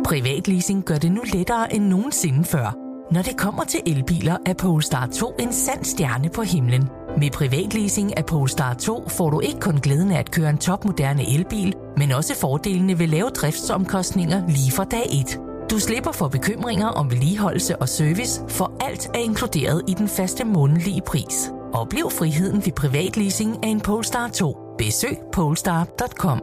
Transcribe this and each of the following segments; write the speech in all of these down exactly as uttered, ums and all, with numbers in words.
Privatleasing gør det nu lettere end nogensinde før. Når det kommer til elbiler, er Polestar to en sand stjerne på himlen. Med privatleasing af Polestar to får du ikke kun glæden af at køre en topmoderne elbil, men også fordelene ved lave driftsomkostninger lige fra dag et. Du slipper for bekymringer om vedligeholdelse og service, for alt er inkluderet i den faste månedlige pris. Oplev friheden ved privatleasing af en Polestar to. Besøg polestar punktum com.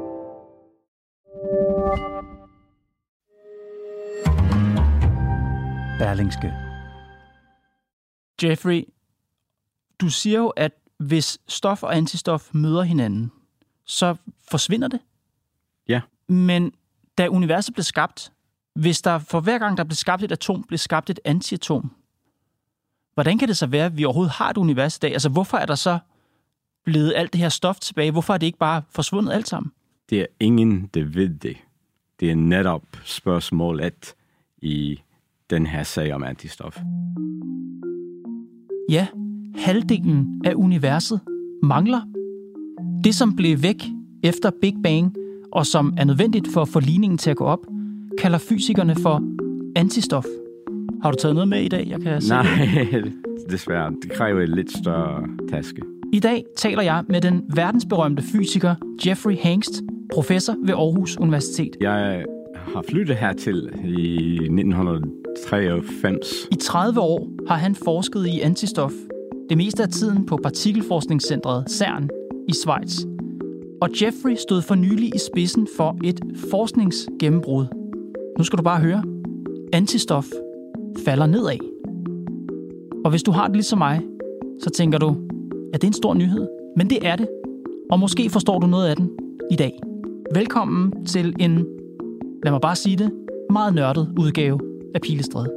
Berlingske. Jeffrey, du siger jo, at hvis stof og antistof møder hinanden, så forsvinder det. Ja. Men da universet blev skabt, hvis der for hver gang, der blev skabt et atom, blev skabt et antiatom, hvordan kan det så være, at vi overhovedet har et univers i dag? Altså, hvorfor er der så blevet alt det her stof tilbage? Hvorfor er det ikke bare forsvundet alt sammen? Det er ingen, der ved det. Det er netop spørgsmålet i den her sag om antistof. Ja, halvdelen af universet mangler. Det, som blev væk efter Big Bang, og som er nødvendigt for at få ligningen til at gå op, kalder fysikerne for antistof. Har du taget noget med i dag, jeg kan se? Nej, desværre. Det kræver en lidt større taske. I dag taler jeg med den verdensberømte fysiker Jeffrey Hangst, professor ved Aarhus Universitet. Jeg har flyttet hertil i nitten treoghalvfems. I tredive år har han forsket i antistof, det meste af tiden på partikelforskningscentret CERN i Schweiz. Og Jeffrey stod for nylig i spidsen for et forskningsgennembrud. Nu skal du bare høre. Antistof falder nedad. Og hvis du har det ligesom mig, så tænker du, at det er en stor nyhed. Men det er det. Og måske forstår du noget af den i dag. Velkommen til en, lad mig bare sige det, meget nørdet udgave af Pilestræde.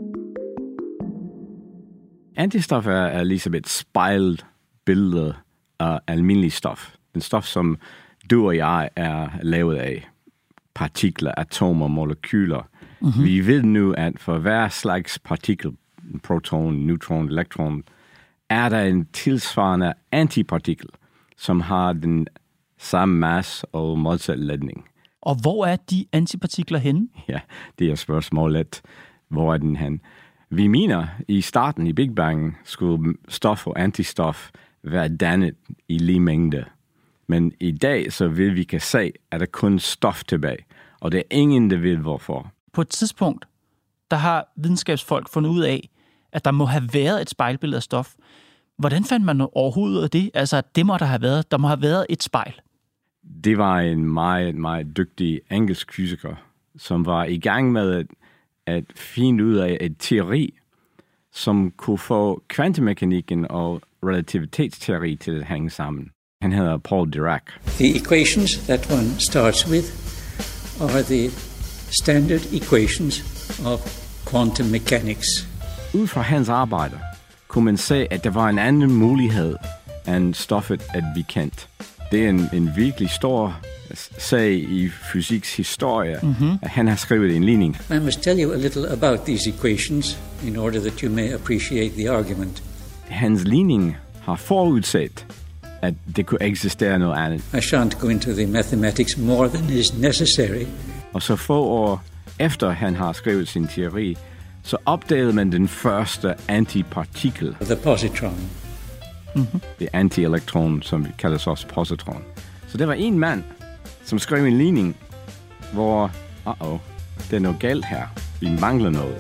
Antistof er, er ligesom et spejlet billede af almindelig stof. Den stof, som du og jeg er lavet af. Partikler, atomer, molekyler. Mm-hmm. Vi ved nu, at for hver slags partikel, proton, neutron, elektron, er der en tilsvarende antipartikel, som har den samme masse og modsat ladning. Og hvor er de antipartikler henne? Ja, det er spørgsmålet. Hvor er den hen? Vi mener, i starten i Big Bang skulle stof og antistof være dannet i lige mængde. Men i dag, så vil vi kan se, at der kun stof tilbage. Og det er ingen, der ved hvorfor. På et tidspunkt, der har videnskabsfolk fundet ud af, at der må have været et spejlbillede af stof. Hvordan fandt man overhovedet ud af det? Altså, det må der have været. Der må have været et spejl. Det var en meget, meget dygtig engelsk fysiker, som var i gang med at, at finde ud af et teori, som kunne få kvantemekanikken og relativitetsteori til at hænge sammen. Han hedder Paul Dirac. The equations that one starts with are the standard equations of quantum mechanics. Ud fra hans arbejde kunne man se, at der var en anden mulighed end stoffet, at vi kendte. Det er en, en virkelig stor sag i fysiks historie, mm-hmm. at han har skrevet en ligning. I must tell you a little about these equations in order that you may appreciate the argument. Hans ligning har forudset, at det kunne eksistere noget andet. I shan't go into the mathematics more than is necessary. Og så få år efter han har skrevet sin teori, så opdagede man den første antipartikel. The positron. Mm-hmm. Det antielektron, som vi kalder også positron. Så det var en mand, som skrev en ligning, hvor, uh-oh, det er noget galt her. Vi mangler noget.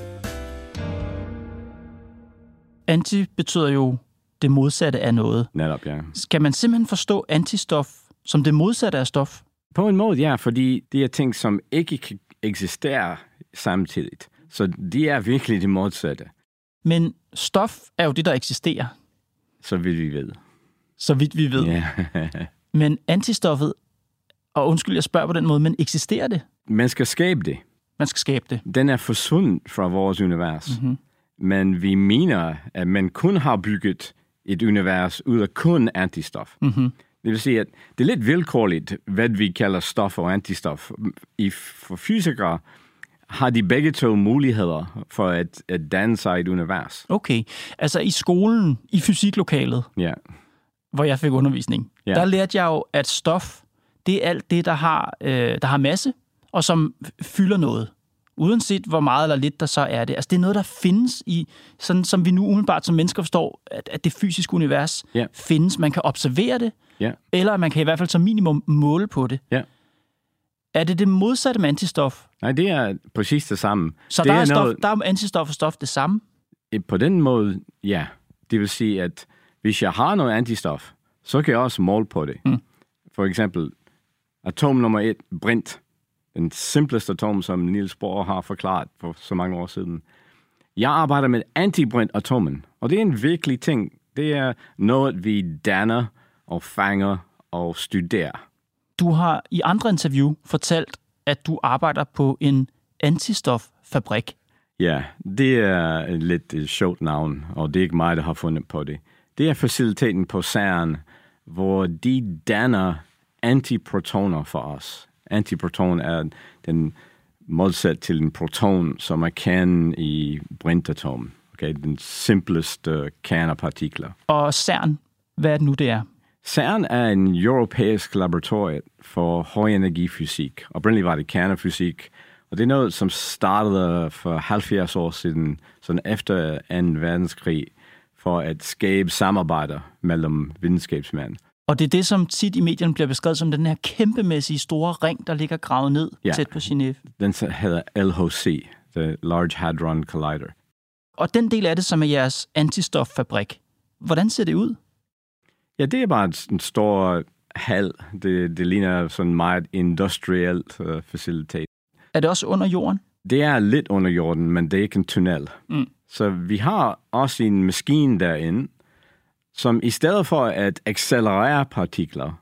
Anti betyder jo det modsatte af noget. Netop, ja. Skal man simpelthen forstå antistof som det modsatte af stof? På en måde, ja, fordi det er ting, som ikke kan eksistere samtidigt. Så de er virkelig det modsatte. Men stof er jo det, der eksisterer. Så vidt vi ved. Så vidt vi ved. Ja. Men antistoffet, og undskyld, jeg spørger på den måde, men eksisterer det? Man skal skabe det. Man skal skabe det. Den er forsvundet fra vores univers. Mm-hmm. Men vi mener, at man kun har bygget et univers ud af kun antistof. Mm-hmm. Det vil sige, at det er lidt vilkårligt, hvad vi kalder stof og antistof. I, for fysikere har de begge to muligheder for at, at danne sig et univers. Okay, altså i skolen, i fysiklokalet, ja. hvor jeg fik undervisning, ja. Der lærte jeg jo, at stof, det er alt det, der har, øh, der har masse, og som fylder noget. Uanset hvor meget eller lidt der så er det. Altså det er noget, der findes i, sådan som vi nu umiddelbart som mennesker forstår, at, at det fysiske univers yeah. findes. Man kan observere det, yeah. eller man kan i hvert fald som minimum måle på det. Yeah. Er det det modsatte med antistof? Nej, det er præcis det samme. Så det der er, er, stof, noget... der er antistof og stof det samme? På den måde, ja. Det vil sige, at hvis jeg har noget antistof, så kan jeg også måle på det. Mm. For eksempel, atom nummer et, brint. Den simpleste atom, som Niels Bohr har forklaret for så mange år siden. Jeg arbejder med antibrintatomen, og det er en virkelig ting. Det er noget, vi danner og fanger og studerer. Du har i andre interview fortalt, at du arbejder på en antistoffabrik. Ja, det er et lidt sjovt navn, og det er ikke mig, der har fundet på det. Det er faciliteten på CERN, hvor de danner antiprotoner for os. Antiproton er den modsat til en proton, som er kernen i brintatom. Okay, den simpleste kernepartikler. Og CERN, hvad er det nu, det er? CERN er en europæisk laboratorium for højenergifysik. Oprindeligt var det kernefysik, og det er noget, som startede for halvfjerds år siden, sådan efter anden verdenskrig, for at skabe samarbejder mellem videnskabsmænd. Og det er det, som tit i medierne bliver beskrevet som den her kæmpemæssige store ring, der ligger gravet ned ja, tæt på Genève. Den hedder L H C, The Large Hadron Collider. Og den del af det, som er jeres antistoffabrik, hvordan ser det ud? Ja, det er bare en stor hal. Det, det ligner sådan meget industrielt uh, facilitet. Er det også under jorden? Det er lidt under jorden, men det er ikke en tunnel. Mm. Så vi har også en maskine derinde, som i stedet for at accelerere partikler,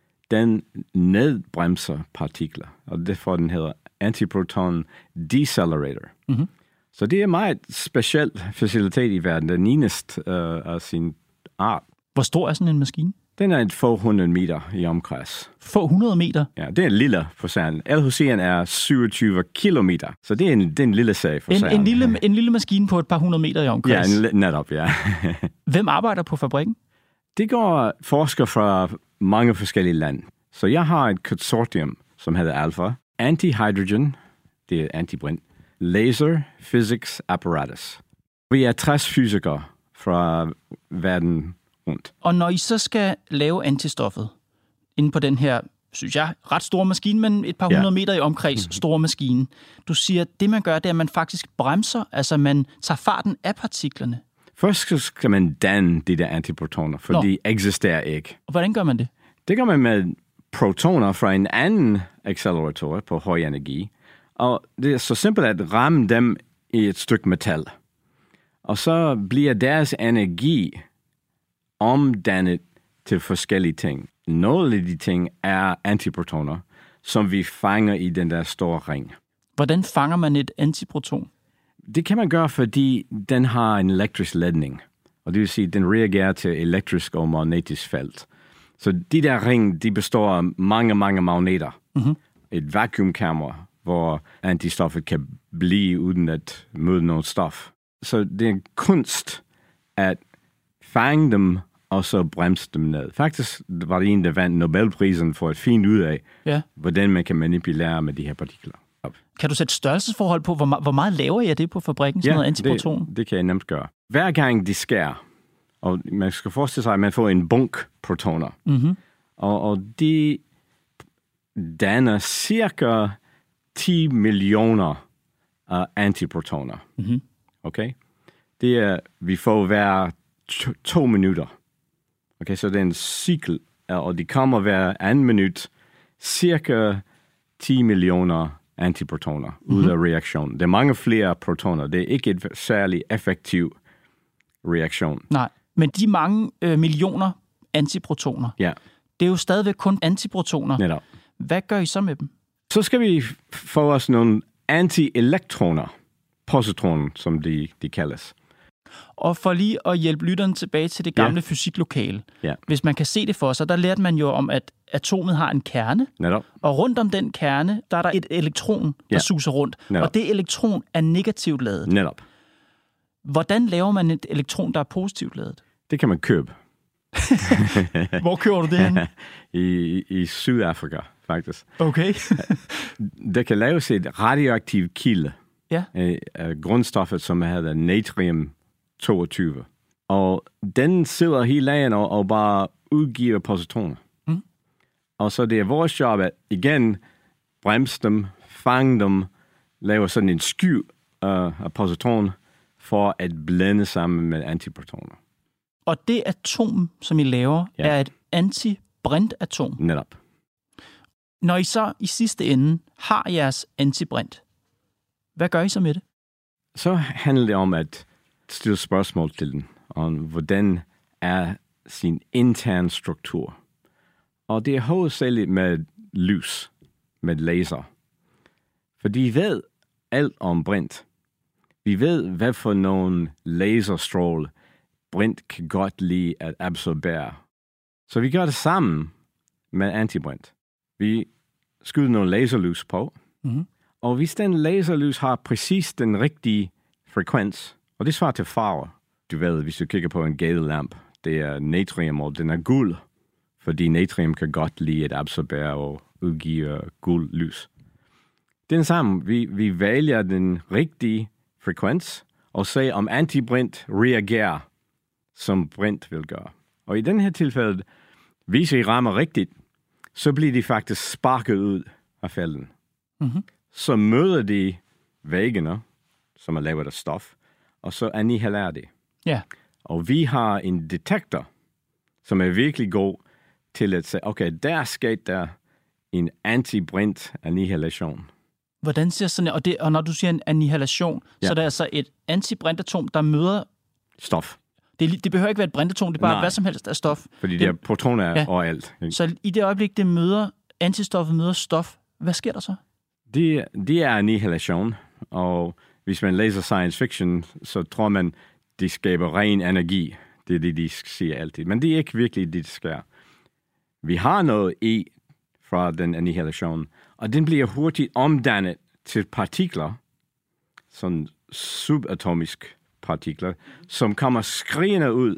den nedbremser partikler. Og derfor den hedder antiproton decelerator. Mm-hmm. Så det er meget specielt facilitet i verden. Den eneste uh, af sin art. Hvor stor er sådan en maskine? Den er et få hundrede meter i omkreds. Få hundrede meter? Ja, det er en lille for CERN. L H C'en er syvogtyve kilometer, så det er en, det er en lille sag for en, CERN. En lille, en lille maskine på et par hundrede meter i omkreds? Ja, en, netop, ja. Hvem arbejder på fabrikken? Det går forskere fra mange forskellige lande. Så jeg har et konsortium, som hedder ALPHA. Anti-hydrogen, det er antibrint. Laser Physics Apparatus. Vi er tres fysikere fra verden rundt. Og når I så skal lave antistoffet inde på den her, synes jeg, ret store maskine, men et par hundrede ja. meter i omkreds, mm-hmm. store maskine. Du siger, at det man gør, det er, at man faktisk bremser, altså man tager farten af partiklerne. Først skal man danne de der antiprotoner, for Nå. de eksisterer ikke. Og hvordan gør man det? Det gør man med protoner fra en anden accelerator på høj energi. Og det er så simpelt at ramme dem i et stykke metal. Og så bliver deres energi omdannet til forskellige ting. Nogle af de ting er antiprotoner, som vi fanger i den der store ring. Hvordan fanger man et antiproton? Det kan man gøre, fordi den har en elektrisk ladning. Og det vil sige, at den reagerer til elektrisk og magnetisk felt. Så de der ring, de består af mange, mange magneter. Mm-hmm. Et vakuumkammer, hvor antistoffet kan blive uden at møde noget stof. Så det er en kunst at fange dem og så bremse dem ned. Faktisk var det en, der vandt Nobelprisen for at finde ud af, ja. hvordan man kan manipulere med de her partikler. Kan du sætte størrelsesforhold på, hvor, hvor meget laver jeg det på fabrikken, sådan ja, noget antiproton? Det, det kan jeg nemt gøre. Hver gang de skærer, og man skal forestille sig, at man får en bunk protoner, mm-hmm. og, og de danner cirka ti millioner af antiprotoner. Mm-hmm. Okay? Det er, vi får hver to, to minutter. Okay, så det er en cykel, og de kommer hver anden minut, cirka ti millioner antiprotoner mm-hmm. ud af reaktionen. Der er mange flere protoner. Det er ikke et særlig effektiv reaktion. Nej, men de mange øh, millioner antiprotoner, ja. det er jo stadigvæk kun antiprotoner. Netop. Hvad gør I så med dem? Så skal vi få os nogle antielektroner, positroner, som de, de kaldes. Og for lige at hjælpe lytteren tilbage til det gamle ja. fysiklokale. Ja. Hvis man kan se det for sig, der lærte man jo om, at atomet har en kerne. Netop. Og rundt om den kerne, der er der et elektron, der ja. suser rundt. Netop. Og det elektron er negativt ladet. Netop. Hvordan laver man et elektron, der er positivt ladet? Det kan man købe. Hvor køber du det henne? I, I Sydafrika, faktisk. Okay. Der kan laves et radioaktivt kilde Ja. Øh, grundstoffet, som hedder natrium toogtyve. Og den sidder hele dagen og, og bare udgiver positroner. Mm. Og så det er vores job at igen bremse dem, fange dem, lave sådan en sky uh, af positron for at blende sammen med antiprotoner. Og det atom, som I laver, ja. er et antibrintatom. Netop. Når I så i sidste ende har jeres antibrint, hvad gør I så med det? Så handler det om at stille spørgsmål til den, om hvordan er sin interne struktur. Og det er hovedsageligt med lys, med laser. For de ved alt om brint. Vi ved, hvad for nogle laserstråle brint kan godt lide at absorbere. Så vi gør det sammen med antibrint. Vi skyder nogle laserlys på, mm-hmm. og hvis den laserlys har præcis den rigtige frekvens, og det svarer til farve. Du ved, hvis du kigger på en gadelamp, det er natrium, og den er guld, fordi natrium kan godt lide at absorbere og udgive guld lys. Den samme, vi, vi vælger den rigtige frekvens, og se om antibrint reagerer, som brint vil gøre. Og i den her tilfælde, hvis I rammer rigtigt, så bliver de faktisk sparket ud af fælden. Mm-hmm. Så møder de væggene, som er lavet af stof, og så annihilerer de. Ja. Og vi har en detektor, som er virkelig god til at sige, okay, der skete der en antibrint annihilation. Hvordan ser sådan og det og når du siger en annihilation, ja. så er det altså et antibrintatom, der møder stof. Det, det behøver ikke være et brintatom, det er bare Nej. hvad som helst af stof. Fordi det er protoner ja. overalt. Ikke? Så i det øjeblik, det møder antistoffet møder stof, hvad sker der så? Det, det er annihilation, og hvis man læser science fiction, så tror man, de skaber ren energi. Det er det, de siger altid. Men det er ikke virkelig det, det sker. Vi har noget E fra den annihilation, og den bliver hurtigt omdannet til partikler, sådan subatomiske partikler, som kommer skrigende ud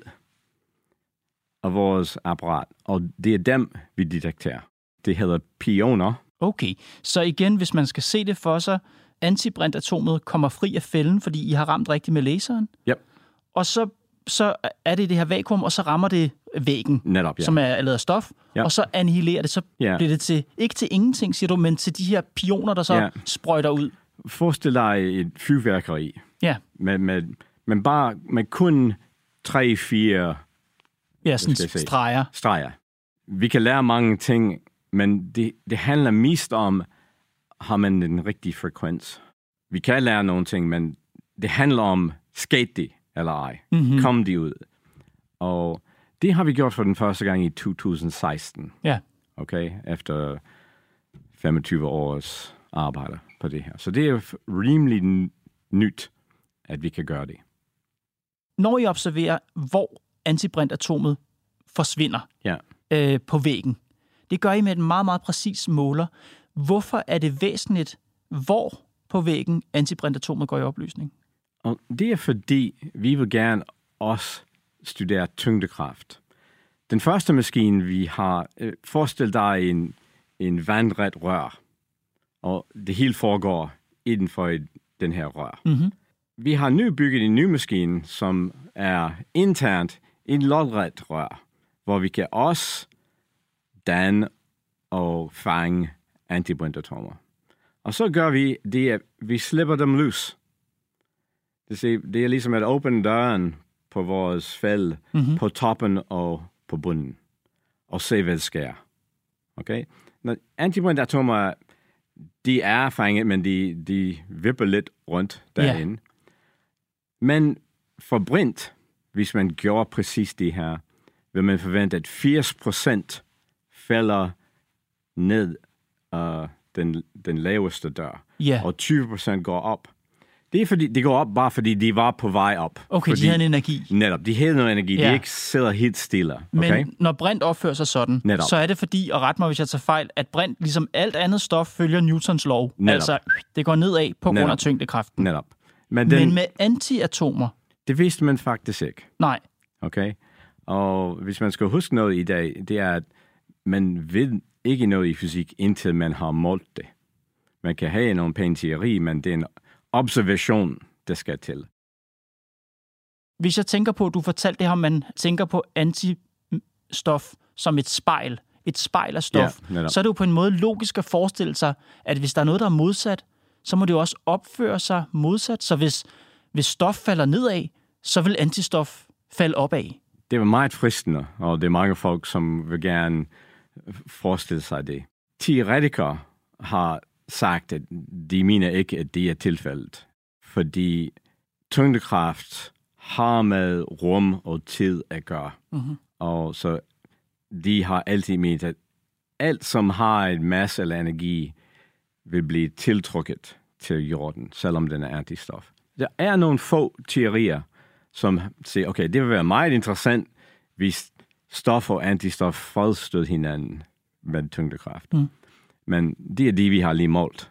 af vores apparat, og det er dem, vi detekterer. Det hedder pioner. Okay, så igen, hvis man skal se det for sig, antibrintatomet kommer fri af fælden, fordi I har ramt rigtigt med laseren. Yep. Og så, så er det det her vakuum, og så rammer det væggen, Netop, ja. som er lavet af stof, yep. og så annihilerer det, så yeah. bliver det til, ikke til ingenting, siger du, men til de her pioner, der så yeah. sprøjter ud. Forestil dig et fyrværkeri. Ja. Med, med, men bare med kun tre, fire ja, sådan streger. streger. Vi kan lære mange ting, men det, det handler mest om, har man den rigtige frekvens. Vi kan lære nogle ting, men det handler om, skete de eller ej? Mm-hmm. Kom de ud? Og det har vi gjort for den første gang i to tusind og seksten. Ja. Okay, efter femogtyve års arbejde på det her. Så det er rimelig nyt, at vi kan gøre det. Når I observerer, hvor antibrintatomet forsvinder ja. øh, på væggen, det gør I med en meget, meget præcis måler. Hvorfor er det væsentligt, hvor på væggen antibrintatomet går i opløsning? Og det er fordi, vi vil gerne også studere tyngdekraft. Den første maskine, vi har, øh, forestil dig en, en vandret rør, og det hele foregår inden for et, den her rør. Mm-hmm. Vi har nu bygget en ny maskine, som er internt en lodret rør, hvor vi kan også danne og fange antibrintatomer. Og så gør vi det, at vi slipper dem løs. Det er ligesom at åbne døren på vores fælde, mm-hmm. på toppen og på bunden, og se, hvad der sker. Okay? Når antibrintatomer, de er fanget, men de, de vipper lidt rundt derinde. Yeah. Men for brint, hvis man gjorde præcis det her, vil man forvente, at firs procent falder ned af den, den laveste dør, yeah. og tyve procent går op. Det er fordi, det går op bare fordi, de var på vej op. Okay, fordi, de havde en energi. Netop, de havde noget energi. Yeah. De ikke sidder helt stille. Okay? Men når brint opfører sig sådan, netop. Så er det fordi, og ret mig, hvis jeg tager fejl, at brint, ligesom alt andet stof, følger Newtons lov. Netop. Altså, det går nedad på grund af tyngdekraften. Netop. Men, den, Men med antiatomer? Det vidste man faktisk ikke. Nej. Okay? Og hvis man skal huske noget i dag, det er, at man ved ikke noget i fysik, indtil man har målt det. Man kan have nogle pæne teori, men det er en observation, der skal til. Hvis jeg tænker på, at du fortalte det her, man tænker på antistof som et spejl, et spejl af stof, ja, så er det jo på en måde logisk at forestille sig, at hvis der er noget, der er modsat, så må det jo også opføre sig modsat. Så hvis, hvis stof falder nedad, så vil antistof falde opad. Det var meget fristende, og det er mange folk, som vil gerne forestille sig det. Teoretikere har sagt, at de mener ikke, at det er tilfældet, fordi tyngdekraft har med rum og tid at gøre. Mm-hmm. Og så de har altid ment, at alt, som har en masse eller energi, vil blive tiltrukket til jorden, selvom den er antistof. Der er nogle få teorier, som siger, okay, det vil være meget interessant, hvis stof og antistof fredstød hinanden med tyngdekraft. Mm. Men det er det, vi har lige målt.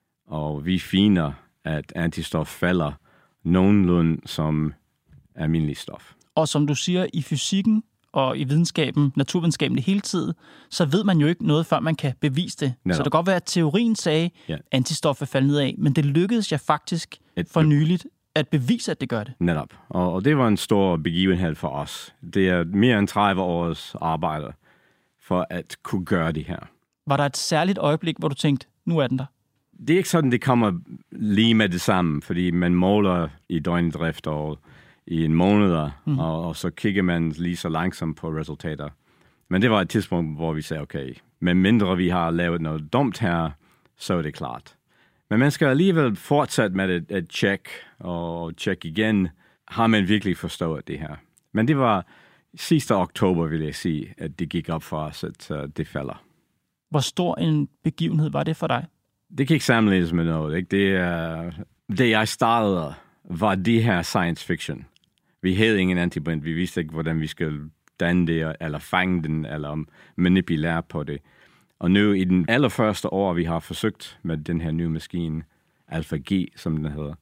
Og vi finder, at antistof falder nogenlunde som almindelig stof. Og som du siger, i fysikken og i videnskaben, naturvidenskaben det hele tiden, så ved man jo ikke noget, før man kan bevise det. Netop. Så det kan godt være, at teorien sagde, at ja. antistof er faldet nedad, men det lykkedes jeg faktisk Et, for nyligt at bevise, at det gør det. Netop. Og, og det var en stor begivenhed for os. Det er mere end tredive års arbejde for at kunne gøre det her. Var der et særligt øjeblik, hvor du tænkte, nu er den der? Det er ikke sådan, det kommer lige med det samme, fordi man måler i døgndrift og i en måned, mm. og, og så kigger man lige så langsomt på resultater. Men det var et tidspunkt, hvor vi sagde, okay, men mindre vi har lavet noget dumt her, så er det klart. Men man skal alligevel fortsætte med et, et check og check igen. Har man virkelig forstået det her? Men det var sidste oktober, vil jeg sige, at det gik op for os, at uh, det falder. Hvor stor en begivenhed var det for dig? Det kan ikke sammenlignes med noget. Ikke? Det, uh, det jeg startede, var det her science fiction. Vi havde ingen antibind. Vi vidste ikke, hvordan vi skulle danne det, eller fange den, eller manipulere på det. Og nu i den allerførste år, vi har forsøgt med den her nye maskine, AlphaG, som den hedder,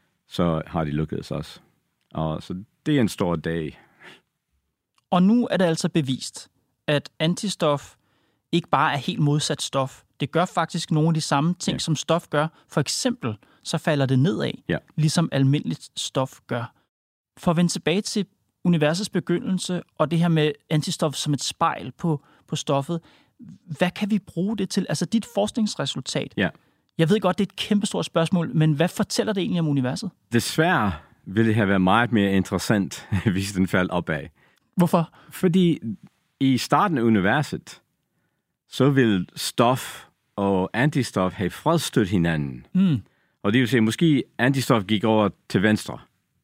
så har de lykkedes os. Og så det er en stor dag. Og nu er det altså bevist, at antistof ikke bare er helt modsat stof. Det gør faktisk nogle af de samme ting, ja. som stof gør. For eksempel, så falder det nedad, ja. ligesom almindeligt stof gør. For at vende tilbage til universets begyndelse, og det her med antistof som et spejl på, på stoffet, hvad kan vi bruge det til? Altså dit forskningsresultat. Ja. Jeg ved godt, det er et kæmpestort spørgsmål, men hvad fortæller det egentlig om universet? Desværre ville det have været meget mere interessant, hvis den faldt opad. Hvorfor? Fordi i starten af universet, så vil stof og antistof have fredstødt hinanden. Mm. Og det vil sige, måske antistof gik over til venstre.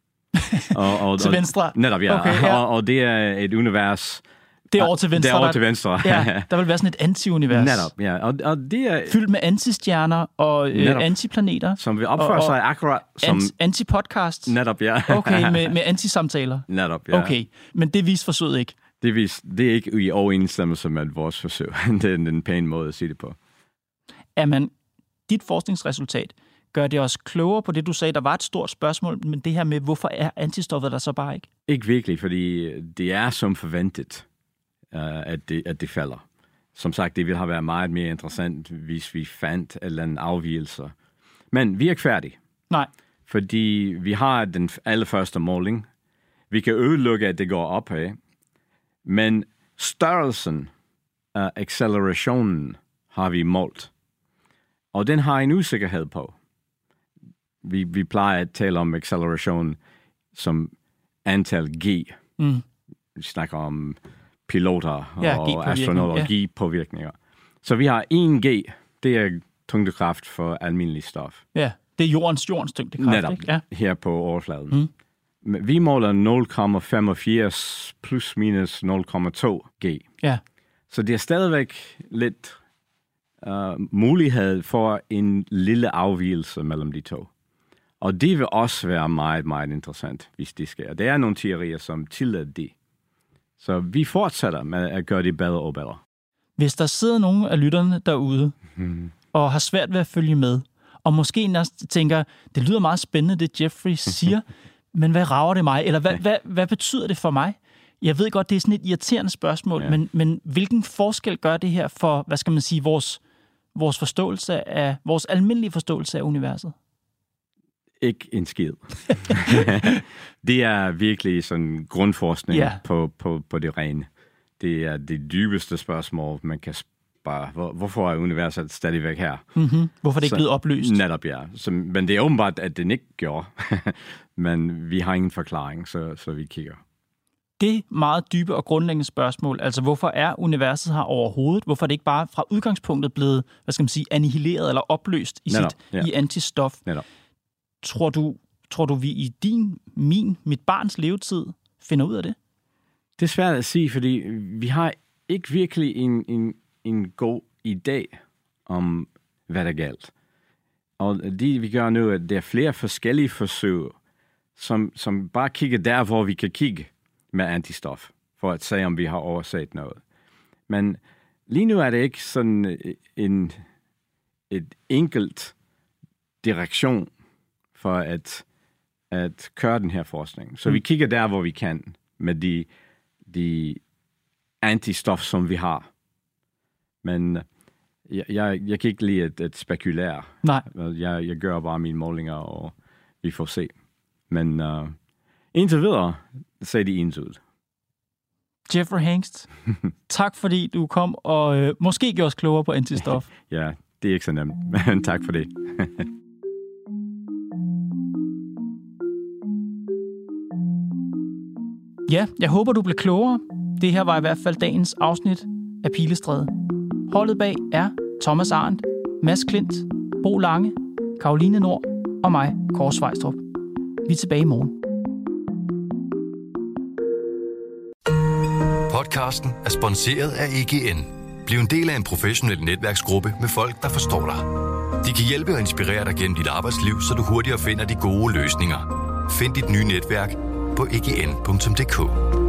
og, og, til venstre? Netop, ja. Okay, ja. Og, og det er et univers... Det er over til venstre. Det er over til venstre. Ja, der vil være sådan et anti-univers. Netop, ja. Og, og det er... Fyldt med antistjerner og øh, antiplaneter. Som vil opføre og, sig akkurat som... Anti-podcast. Netop, ja. Okay, med, med antisamtaler. Netop, ja. Okay, men det viste forsøget ikke. Det, vis, det er ikke i overensstemmelse med vores forsøg. Det er en pæn måde at sige det på. Jamen, dit forskningsresultat gør det os klogere på det, du sagde. Der var et stort spørgsmål, men det her med, hvorfor er antistoffet der så bare ikke? Ikke virkelig, fordi det er som forventet, at det, at det falder. Som sagt, det ville have været meget mere interessant, hvis vi fandt en eller anden afvigelse. Men vi er ikke færdige. Nej. Fordi vi har den allerførste måling. Vi kan udelukke, at det går opad. Men størrelsen af accelerationen har vi målt. Og den har en usikkerhed på. Vi, vi plejer at tale om acceleration som antal G. Mm. Vi snakker om piloter ja, og astronauter og ja. G-påvirkninger. Så vi har en G, det er tyngdekraft for almindelig stof. Ja, det er jordens, jordens tyngdekraft, netop, ikke? Ja. Her på overfladen. Mm. Vi måler nul komma femogfirs plus minus nul komma to G. Ja. Så det er stadigvæk lidt uh, mulighed for en lille afvigelse mellem de to. Og det vil også være meget, meget interessant, hvis det sker. Der er nogle teorier, som tillader det. Så vi fortsætter med at gøre det bedre og bedre. Hvis der sidder nogle af lytterne derude, hmm. og har svært ved at følge med, og måske næsten tænker, det lyder meget spændende, det Jeffrey siger, men hvad rager det mig? Eller hvad, hvad, hvad betyder det for mig? Jeg ved godt, det er sådan et irriterende spørgsmål, ja. men, men hvilken forskel gør det her for, hvad skal man sige, vores, vores forståelse af, vores almindelige forståelse af universet? Ikke en skid. Det er virkelig sådan grundforskning yeah. på, på, på det rene. Det er det dybeste spørgsmål, man kan spørge. Hvor, hvorfor er universet stadigvæk her? Mm-hmm. Hvorfor er det ikke Så, blevet opløst? Netop, ja. Så, men det er åbenbart, at den ikke gjorde. Men vi har ingen forklaring, så, så vi kigger. Det meget dybe og grundlæggende spørgsmål, altså hvorfor er universet her overhovedet? Hvorfor er det ikke bare fra udgangspunktet blevet, hvad skal man sige, annihileret eller opløst i, Netop, sit, ja. i antistof? Netop. Tror du, tror du, vi i din, min, mit barns levetid finder ud af det? Det er svært at sige, fordi vi har ikke virkelig en, en, en god idé om, hvad der galt. Og det vi gør nu, at der er flere forskellige forsøg, som, som bare kigger der, hvor vi kan kigge med antistof, for at se, om vi har overset noget. Men lige nu er det ikke sådan en et enkelt direktion for at, at køre den her forskning. Så mm. vi kigger der, hvor vi kan, med de, de antistof, som vi har. Men jeg, jeg, jeg kan ikke lide at, at spekulere. Nej. Jeg, jeg gør bare mine målinger, og vi får se. Men uh, indtil videre, ser de ens ud. Jeffrey Hengst, tak fordi du kom og øh, måske gjorde os klogere på antistof. Ja, det er ikke så nemt, men tak for det. Ja, jeg håber, du blev klogere. Det her var i hvert fald dagens afsnit af Pilestræde. Holdet bag er Thomas Arendt, Mads Klint, Bo Lange, Karoline Nord og mig, Kåre Svejstrup. Vi er tilbage i morgen. Podcasten er sponsoreret af E G N. Bliv en del af en professionel netværksgruppe med folk, der forstår dig. De kan hjælpe og inspirere dig gennem dit arbejdsliv, så du hurtigere finder de gode løsninger. Find dit nye netværk på e g n punktum d k.